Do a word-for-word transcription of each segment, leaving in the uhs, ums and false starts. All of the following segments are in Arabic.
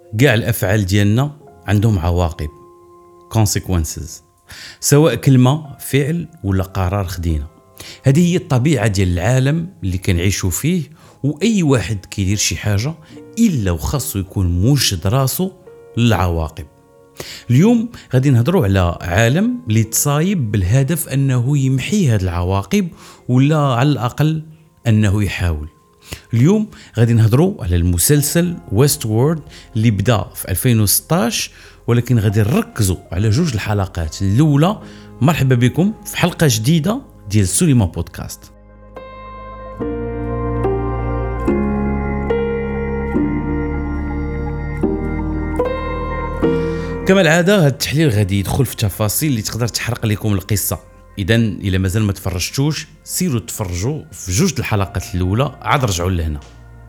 كاع الافعال ديالنا عندهم عواقب consequences، سواء كلمه فعل ولا قرار خدينا. هذه هي الطبيعه ديال العالم اللي كنعيشوا فيه، واي واحد كيدير شي حاجه الا وخاصو يكون موجد راسو للعواقب. اليوم غادي نهضروا على عالم اللي تصايب بالهدف انه يمحي هذه العواقب، ولا على الاقل انه يحاول. اليوم غادي نهضروا على المسلسل ويست وورد اللي بدا في ألفين وستطاش، ولكن غادي نركزوا على جوج الحلقات الاولى. مرحبا بكم في حلقه جديده ديال سوليما بودكاست. كما العاده هذا التحليل غادي يدخل في تفاصيل اللي تقدر تحرق لكم القصه. اذا الا مازال ما تفرجتوش سيروا تفرجوا في جوج الحلقات الاولى، عاد رجعوا لهنا.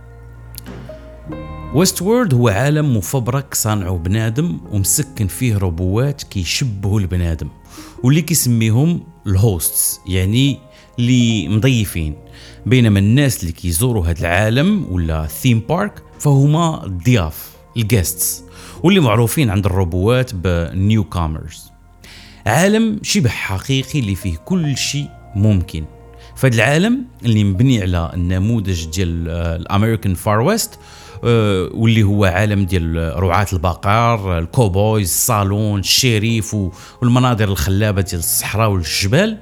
ويست وورد هو عالم مفبرك صانعه بنادم ومسكن فيه روبوات كيشبهوا البنادم، واللي كيسميهم الهوستس، يعني اللي مضيفين. بينما الناس اللي كيزوروا هذا العالم ولا ثيم بارك فهما الضياف، الجيستس، واللي معروفين عند الروبوات بنيو كامرز. عالم شبه حقيقي اللي فيه كل شيء ممكن. فهذا العالم اللي مبني على النموذج ديال الامريكان فار ويست، واللي هو عالم ديال رعاة البقر، الكوبويز، الصالون، الشريف والمناظر الخلابه ديال الصحراء والجبال.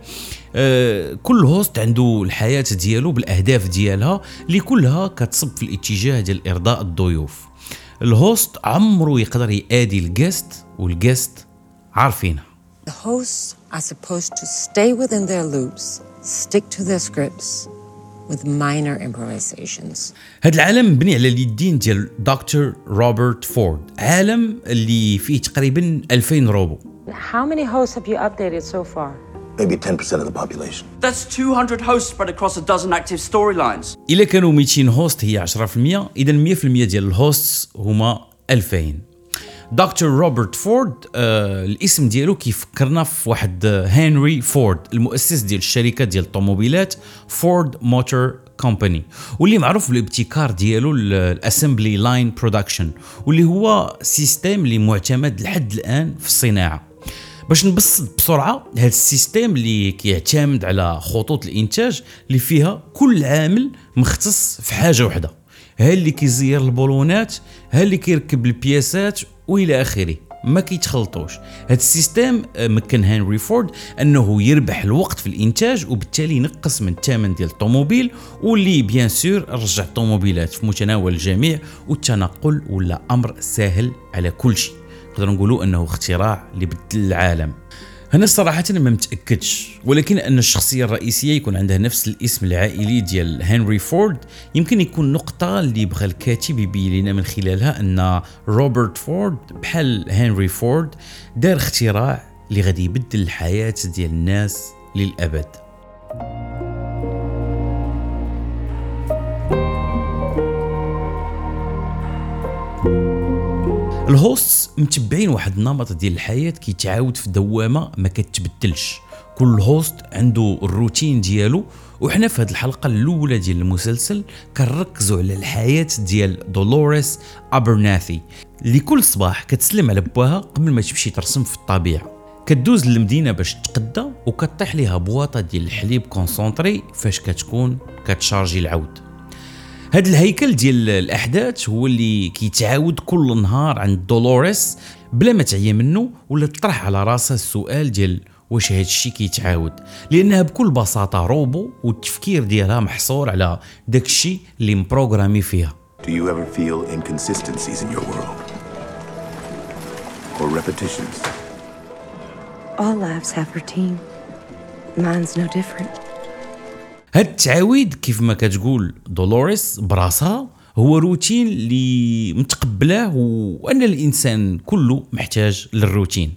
كل هوست عنده الحياه ديالو بالاهداف ديالها اللي كلها كتصب في الاتجاه ديال ارضاء الضيوف. الهوست عمره يقدر يأدي الجست، والجست عارفينها. The hosts are supposed to stay within their loops, stick to their scripts with minor improvisations. هذا العالم مبني على اليدين ديال دكتور روبرت فورد، عالم اللي فيه تقريبا ألفين روبو. How many hosts have you updated so far? Maybe ten percent of the population. That's two hundred hosts spread across a dozen active storylines. إلا كانوا مئتين هوست هي عشرة بالمئة، إذا مئة بالمئة ديال الهوستس هما ألفين. دكتور روبرت فورد آه الاسم ديالو كيفكرنا في واحد هنري فورد، المؤسس ديال الشركة ديال الطوموبيلات فورد موتور كومباني، واللي معروف بالابتكار ديالو الاسمبلي لاين برودكشن، واللي هو سيستم اللي معتمد لحد الآن في الصناعة. باش نبسط بسرعه، هذا السيستم اللي كيعتمد على خطوط الانتاج اللي فيها كل عامل مختص في حاجه واحده، ها اللي كيزير البولونات، ها اللي كيركب البياسات والى اخره، ما كيتخلطوش. هذا السيستم مكن هنري فورد انه يربح الوقت في الانتاج، وبالتالي ينقص من الثمن ديال الطوموبيل، واللي بيان سور رجع الطوموبيلات في متناول الجميع، والتنقل ولا امر سهل على كل شيء. نقدر نقولوا انه اختراع اللي بدل العالم. هنا صراحه ما متاكدش، ولكن ان الشخصيه الرئيسيه يكون عندها نفس الاسم العائلي ديال هنري فورد يمكن يكون نقطه اللي بغى الكاتب يبين لنا من خلالها ان روبرت فورد بحال هنري فورد دار اختراع اللي غادي يبدل الحياه ديال الناس للابد. الهوستس متبعين واحد النمط ديال الحياة كيتعاود في دوامة ما كتبدلش. كل هوست عنده الروتين ديالو، وحنا في هذه الحلقة الأولى ديال المسلسل كنركزوا على الحياة ديال دولوريس أبرناثي، اللي كل صباح كتسلم على بواها قبل ما تمشي ترسم في الطبيعة. كتدوز للمدينة باش تقدى، وكتطيح ليها بواطة ديال الحليب كونسونطري فاش كتكون كتشارجي العود. هذا الهيكل ديال الاحداث هو اللي كيتعاود كل نهار عند دولوريس بلا ما تعيا منه ولا تطرح على راسها السؤال ديال واش هذا الشيء كيتعاود، لانها بكل بساطه روبو، والتفكير ديالها محصور على داك الشيء اللي مبروغرامي فيها. Do you ever feel inconsistencies in your world? Or repetitions? All lives have routine. Mine's no different. هاد التعاويد كيف ما كتقول دولوريس براسها هو روتين اللي متقبلاه، وأن الإنسان كله محتاج للروتين.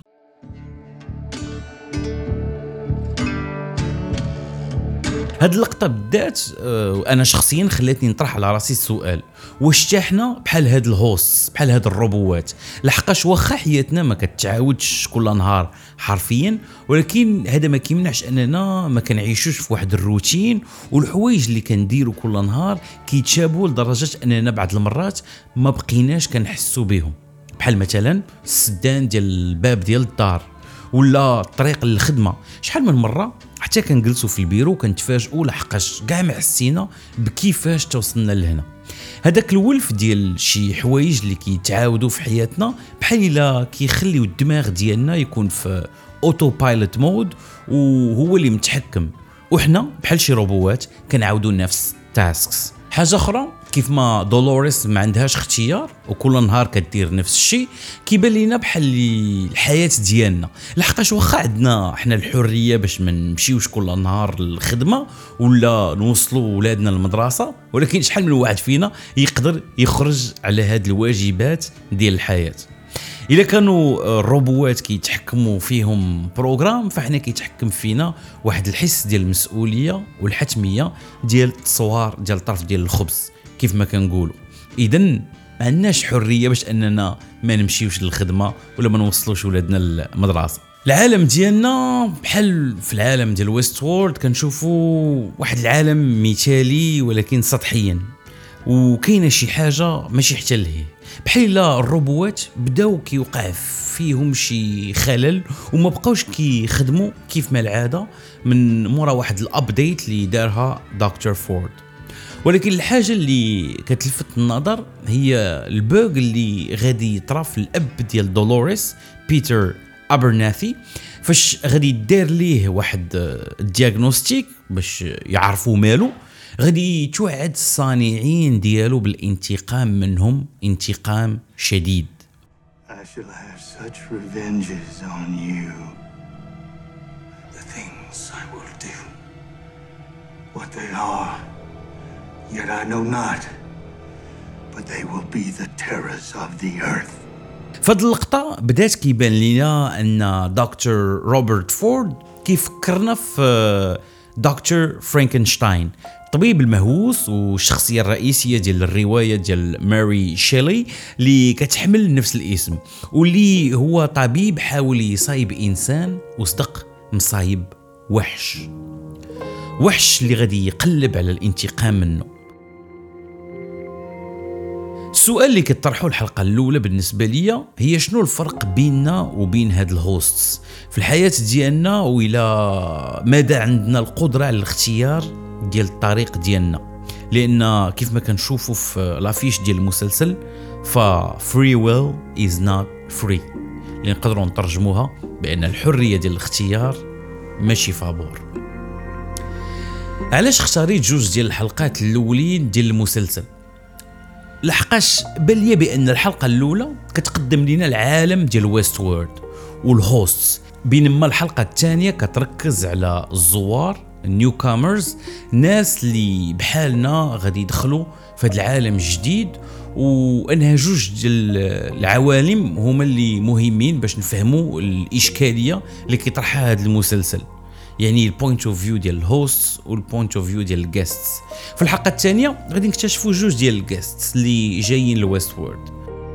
هاد اللقطة بالذات أنا شخصيا خلاتني نطرح على راسي السؤال، واش حتى حنا بحال هاد الهوست، بحال هاد الروبوات؟ لحقاش واخا حياتنا ما كتعاودش كل نهار حرفيا، ولكن هذا ما كيمنعش اننا ما كنعيشوش في واحد الروتين، والحوايج اللي كنديروا كل نهار كيتشابهوا لدرجه اننا بعض المرات ما بقيناش كنحسوا بهم. بحال مثلا السدان ديال الباب ديال الدار ولا الطريق للخدمه. شحال من مره حتى كنجلسوا في البيرو كنتفاجئوا لحقاش كاع ما حسينا بكيفاش توصلنا لهنا. هذاك الولف ديال شي حوايج اللي كيتعاودوا في حياتنا بحال الا كيخليو الدماغ ديالنا يكون في اوتو بايلوت مود وهو اللي متحكم، وحنا بحال شي روبوات كنعاودوا نفس التاسكس. حاجه اخرى كيف ما دولوريس ما عندهاش اختيار وكل نهار كدير نفس الشيء، كيبان لينا بحال الحياه ديالنا. لحقاش واخا عندنا حنا الحريه باش ما نمشيوش كل نهار للخدمه ولا نوصلوا ولادنا للمدرسه، ولكن شحال من واحد فينا يقدر يخرج على هاد الواجبات ديال الحياه. إلا كانوا الروبوات كيتحكموا فيهم بروغرام، فاحنا كيتحكم فينا واحد الحس ديال المسؤوليه والحتميه ديال التصوار ديال الطرف ديال الخبز كيف ما كنقولوا. اذا ما عندناش حريه باش اننا ما نمشيوش للخدمه ولا ما نوصلوش ولادنا للمدرسه. العالم ديالنا بحال في العالم ديال ويست وورد كنشوفوا واحد العالم مثالي ولكن سطحيا، وكاينه شي حاجه ماشي حتى لهي، بحال الا الروبوات بداو كيوقع فيهم شي خلل وما بقاوش كيخدموا كيف ما العاده من مورا واحد الابديت اللي دارها دكتور فورد. ولكن الحاجه اللي كتلفت النظر هي البوغ اللي غادي يطرا في الاب ديال دولوريس بيتر ابرناثي، فاش غادي يدير ليه واحد الدياغنوستيك باش يعرفوا مالو. غادي توعد الصانعين ديالو بالانتقام منهم انتقام شديد. I shall have such revenges on you. The things I will do, what they are, yet I know not, but they will be the terrors of the earth. فهاد اللقطة بدات كيبان لينا ان دكتور روبرت فورد كيفكرنا في دكتور فرانكنشتاين، الطبيب المهووس والشخصية الرئيسية ديال الرواية ديال ماري شيلي اللي كتحمل نفس الاسم، واللي هو طبيب حاول يصايب إنسان وصدق مصايب وحش وحش اللي غادي يقلب على الانتقام منه. السؤال اللي كتطرحوا الحلقة الأولى بالنسبة لي هي شنو الفرق بيننا وبين هاد الهوستس في الحياة ديالنا، وإلى مدى عندنا القدرة على الاختيار ديال الطريق ديالنا. لأن كيف ما كنشوفوا في لافيش ديال المسلسل ف free will is not free، اللي نقدروا نترجموها بأن الحرية ديال الاختيار ماشي فابور. علاش اختاريت جوج ديال الحلقات الأولين ديال المسلسل؟ لحقاش بان لي بان الحلقه الاولى كتقدم لنا العالم ديال ويست وورد والهوستس، بينما الحلقه الثانيه كتركز على الزوار النيو كامرز، ناس اللي بحالنا غادي يدخلوا في هذا العالم الجديد. وانها جوج ديال العوالم هما اللي مهمين باش نفهموا الاشكاليه اللي كيطرحها هذا المسلسل، يعني البوينت اوف فيو ديال الهوستس والبوينت اوف فيو ديال الجيستس. في الحلقه الثانيه غادي نكتشفوا جوج ديال الجيستس اللي جايين لويست وورد.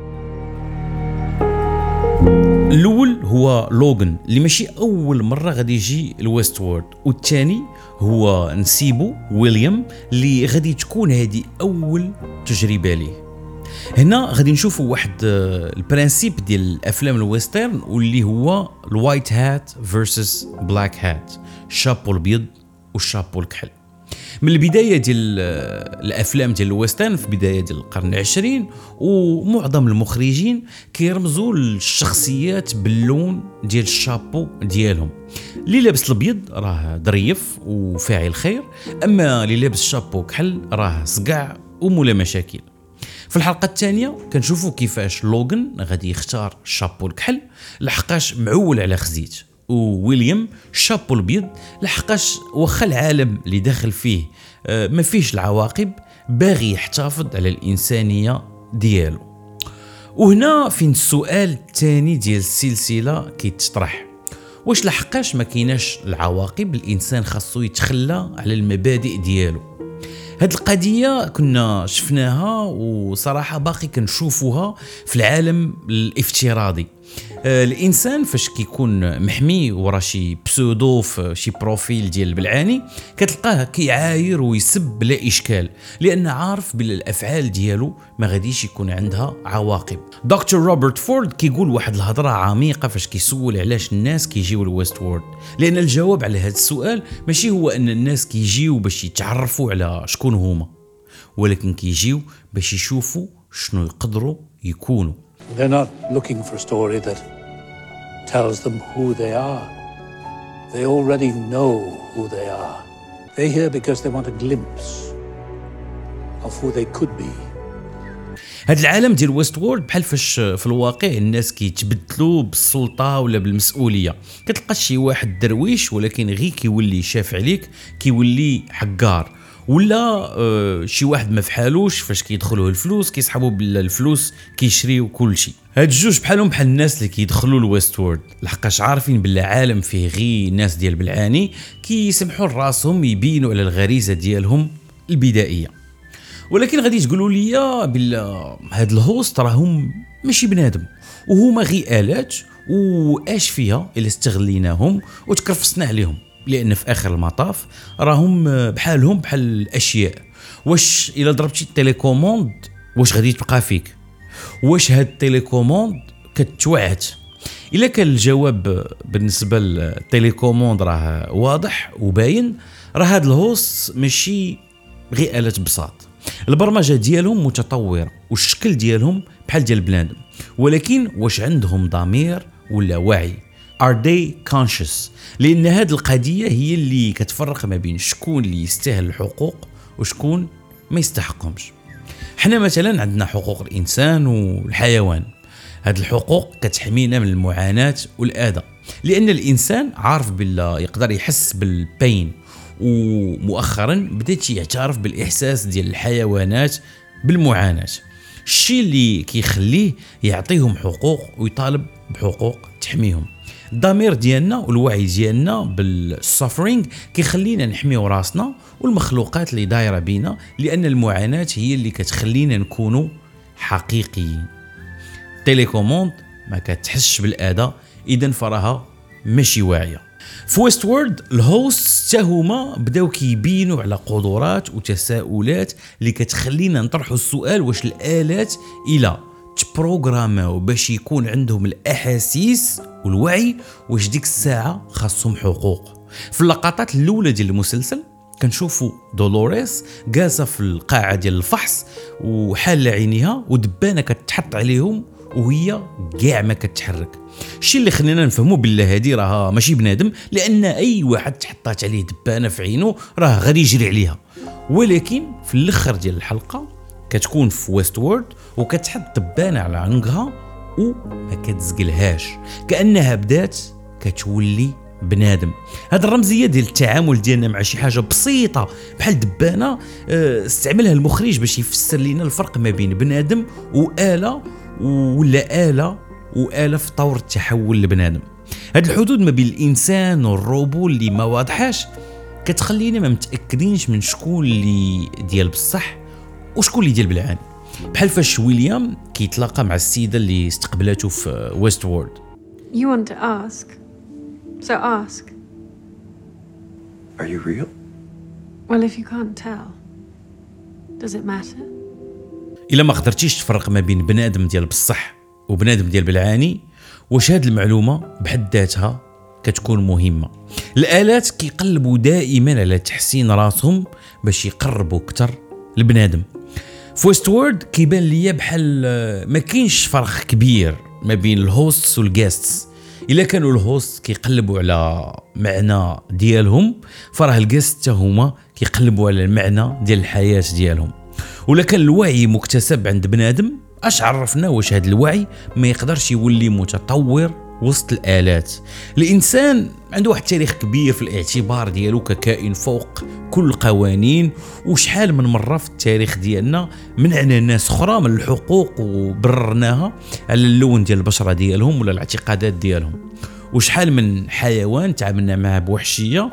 الاول هو لوغان اللي ماشي اول مره غادي يجي لويست وورد، والثاني هو نسيبو ويليام اللي غادي تكون هذه اول تجربه ليه. هنا غادي نشوفوا واحد البرانسيب ديال الافلام الويسترن واللي هو الوايت هات فيرسس بلاك هات، الشابو الابيض والشابو الكحل. من البدايه ديال الافلام ديال الويسترن في بدايه ديال القرن العشرين، ومعظم المخرجين كيرمزوا للشخصيات باللون ديال الشابو ديالهم. اللي لابس الابيض راه ظريف وفاعل خير، اما اللي لابس شابو كحل راه صقع ومولا مشاكل. في الحلقه الثانيه كنشوفوا كيفاش لوغان غادي يختار الشابو الكحل لحقاش معول على خزيت، وويليام الشابو الابيض لحقاش واخا العالم اللي داخل فيه ما فيش العواقب باغي يحتفظ على الانسانيه ديالو. وهنا فين السؤال الثاني ديال السلسله كيتطرح، واش لحقاش ما كايناش العواقب الانسان خاصو يتخلى على المبادئ ديالو؟ هاد القضية كنا شفناها وصراحة باقي كنشوفوها في العالم الافتراضي. آه الانسان فاش كيكون محمي ورا شي بسودو في شي بروفيل ديال البلعاني كتلقاه كيعاير ويسب بلا اشكال لان عارف بلا الافعال ديالو ما غاديش يكون عندها عواقب. دكتور روبرت فورد كيقول واحد الهضره عميقه فاش كيسول علاش الناس كيجيو لويست وورد، لان الجواب على هذا السؤال ماشي هو ان الناس كيجيو باش يتعرفوا على شكون هما، ولكن كيجيو باش يشوفوا شنو يقدروا يكونوا. They're not looking for a story that tells them who they are. They already know who they are. They're here because they want a glimpse of who they could be. هاد العالم ديال ويست وورد بحال فاش في الواقع الناس كيتبدلوا بالسلطه ولا بالمسؤوليه، كتلقى شي واحد درويش ولكن غير كيولي شاف عليك كيولي حقار، ولا آه شي واحد ما فحالوش فاش كيدخلوه الفلوس كيسحبوا بالفلوس كيشريو كل شيء. هاد الجوج بحالهم بحال الناس اللي كيدخلوا لويست وورد لحقاش عارفين بلا عالم فيه غير ناس ديال بالعاني كيسمحوا لراسهم يبينوا على الغريزه ديالهم البدائيه. ولكن غادي تقولوا لي بلا هاد الهوست راهم ماشي بنادم وهما غير آلات، واش فيها الا استغليناهم وتكرفصنا عليهم، لان في اخر المطاف راهم بحالهم بحال الاشياء. واش الا ضربتي التليكوموند واش غادي تبقى فيك؟ واش هاد التليكوموند كتوعت؟ الا كان الجواب بالنسبه للتليكوموند راه واضح وباين، راه هاد الهوست ماشي غير آلات بساط، البرمجه ديالهم متطوره والشكل ديالهم بحال ديال بنادم، ولكن واش عندهم ضمير ولا وعي؟ Are they conscious؟ لأن هذه القضية هي اللي كتفرق ما بين شكون اللي يستاهل الحقوق وشكون ما يستحقهمش. حنا مثلا عندنا حقوق الإنسان والحيوان، هذه الحقوق كتحمينا من المعاناة والأذى، لأن الإنسان عارف بالله يقدر يحس بالبين، ومؤخرا بدأت يعترف بالإحساس ديال الحيوانات بالمعاناة، الشيء اللي كيخليه يعطيهم حقوق ويطالب بحقوق تحميهم. الضمير ديالنا والوعي ديالنا بالسفرينغ كيخلينا نحميو راسنا والمخلوقات اللي دايره بينا، لان المعاناه هي اللي كتخلينا نكونوا حقيقيين. تيليكوموند ما كتحسش بالاذى، اذا فراها ماشي واعيه. في ويست وورد الهوست حتى هما بداو كيبينوا على قدرات وتساؤلات اللي كتخلينا نطرحوا السؤال واش الالات الى تبروغراماو باش يكون عندهم الاحاسيس والوعي، واش ديك الساعه خاصهم حقوق. في اللقطات الاولى ديال المسلسل كنشوفوا دولوريس جالسه في القاعه ديال الفحص وحاله عينيها ودبانه كتحط عليهم وهي كاع ما كتحرك، الشيء اللي خلينا نفهموا بالله هذه راه ماشي بنادم، لان اي واحد تحطات عليه دبانه في عينه راه غادي يجري عليها. ولكن في الاخر ديال الحلقه كتكون في ويست وورد وكتحط دبانه على عنقها وما كتزقلهاش، كانها بدات كتولي بنادم. هذه الرمزيه ديال التعامل ديالنا مع شي حاجه بسيطه بحال دبانه استعملها المخرج باش يفسر لنا الفرق ما بين بنادم وآلة ولا آلة وآلة في طور التحول لبنادم. هاد الحدود ما بين الانسان والروبو اللي ما واضحاش كتخلينا ما متاكدينش من شكون اللي ديال بصح وشكون اللي ديال بالعاني. بحال فاش ويليام كيتلاقى مع السيده اللي استقبلته في ويست وورد. You want to ask, so ask. Are you real? Well, if you can't tell, does it matter? إلا ما قدرتيش تفرق ما بين بنادم ديال بصح وبنادم ديال بالعاني، واش هاد المعلومه بحد ذاتها كتكون مهمه. الآلات كيقلبوا دائما على تحسين راسهم باش يقربوا اكثر لبنادم. في ويست وورد كيبان ليا بحال ما كاينش فرق كبير ما بين الهوستس والجاستس. الا كانوا الهوست كيقلبوا على معنى ديالهم، فراه الجاست حتى هما كيقلبوا على المعنى ديال الحياه ديالهم. ولا كان الوعي مكتسب عند بنادم، اش عرفنا واش هذا الوعي ما يقدرش يولي متطور وسط الآلات. الانسان عنده واحد التاريخ كبير في الاعتبار ديالو ككائن فوق كل القوانين، وشحال من مره في التاريخ ديالنا منعنا ناس اخرى من الحقوق وبررناها على اللون ديال البشره ديالهم ولا الاعتقادات ديالهم، وشحال من حيوان تعاملنا معه بوحشيه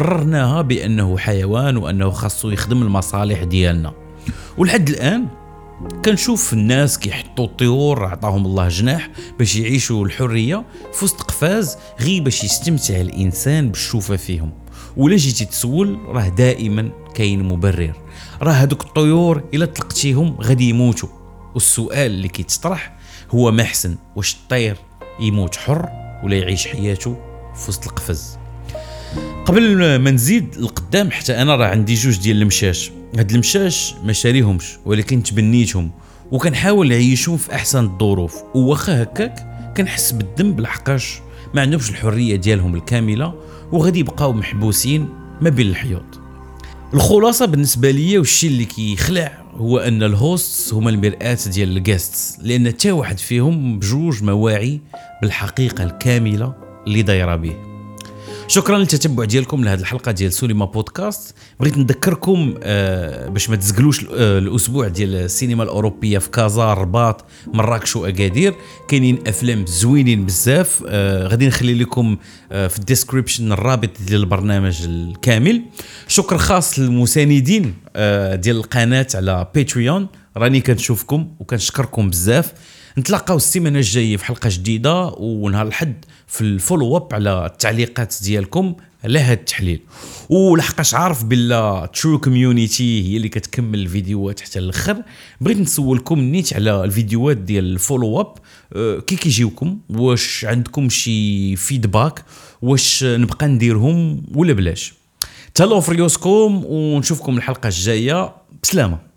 وبررناها بانه حيوان وانه خاصو يخدم المصالح ديالنا. ولحد الان كنشوف الناس كيحطوا الطيور عطاهم الله جناح باش يعيشوا الحريه في وسط قفاز غير باش يستمتع الانسان بالشوفه فيهم. ولا جيتي تسول راه دائما كاين مبرر، راه هذوك الطيور الا طلقتيهم غادي يموتوا. والسؤال اللي كيتطرح هو ما احسن، واش الطير يموت حر ولا يعيش حياته في وسط القفز؟ قبل ما نزيد القدام حتى انا راه عندي جوج ديال المشاش. هاد المشاش ما شاريهمش ولكن تبنيتهم وكنحاول نعيشهم في احسن الظروف، وواخا هكاك كنحس بالذنب لحقاش ما عندهمش الحريه ديالهم الكامله وغادي يبقاو محبوسين ما بين الحيوط. الخلاصه بالنسبه ليا والشيء اللي كيخلع هو ان الهوست هما المرآة ديال الجاستس، لان حتى واحد فيهم بجوج مواعي بالحقيقه الكامله اللي دايره به. شكرا للتتبع ديالكم لهذه الحلقه ديال سوليما بودكاست. بغيت نذكركم آه باش ما تزقلوش آه الاسبوع ديال السينما الاوروبيه في كازا، الرباط، مراكش واكادير. كاينين افلام زوينين بزاف. آه غادي نخلي لكم آه في الديسكريبشن الرابط ديال البرنامج الكامل. شكر خاص للمساندين آه ديال القناه على باتريون، راني كنشوفكم وكنشكركم بزاف. نتلاقاو السيمانه الجايه في حلقه جديده، ونهار الحد في الفولو اب على التعليقات ديالكم على هذا التحليل. ولحقاش عارف بلا ترو كوميونيتي هي اللي كتكمل الفيديوهات حتى الاخر، بغيت نسولكم نيت على الفيديوهات ديال الفولو اب أه كي كيجيوكم، واش عندكم شي فيدباك، واش نبقى نديرهم ولا بلاش؟ تهلاو في ريوسكم ونشوفكم الحلقه الجايه. بسلامه.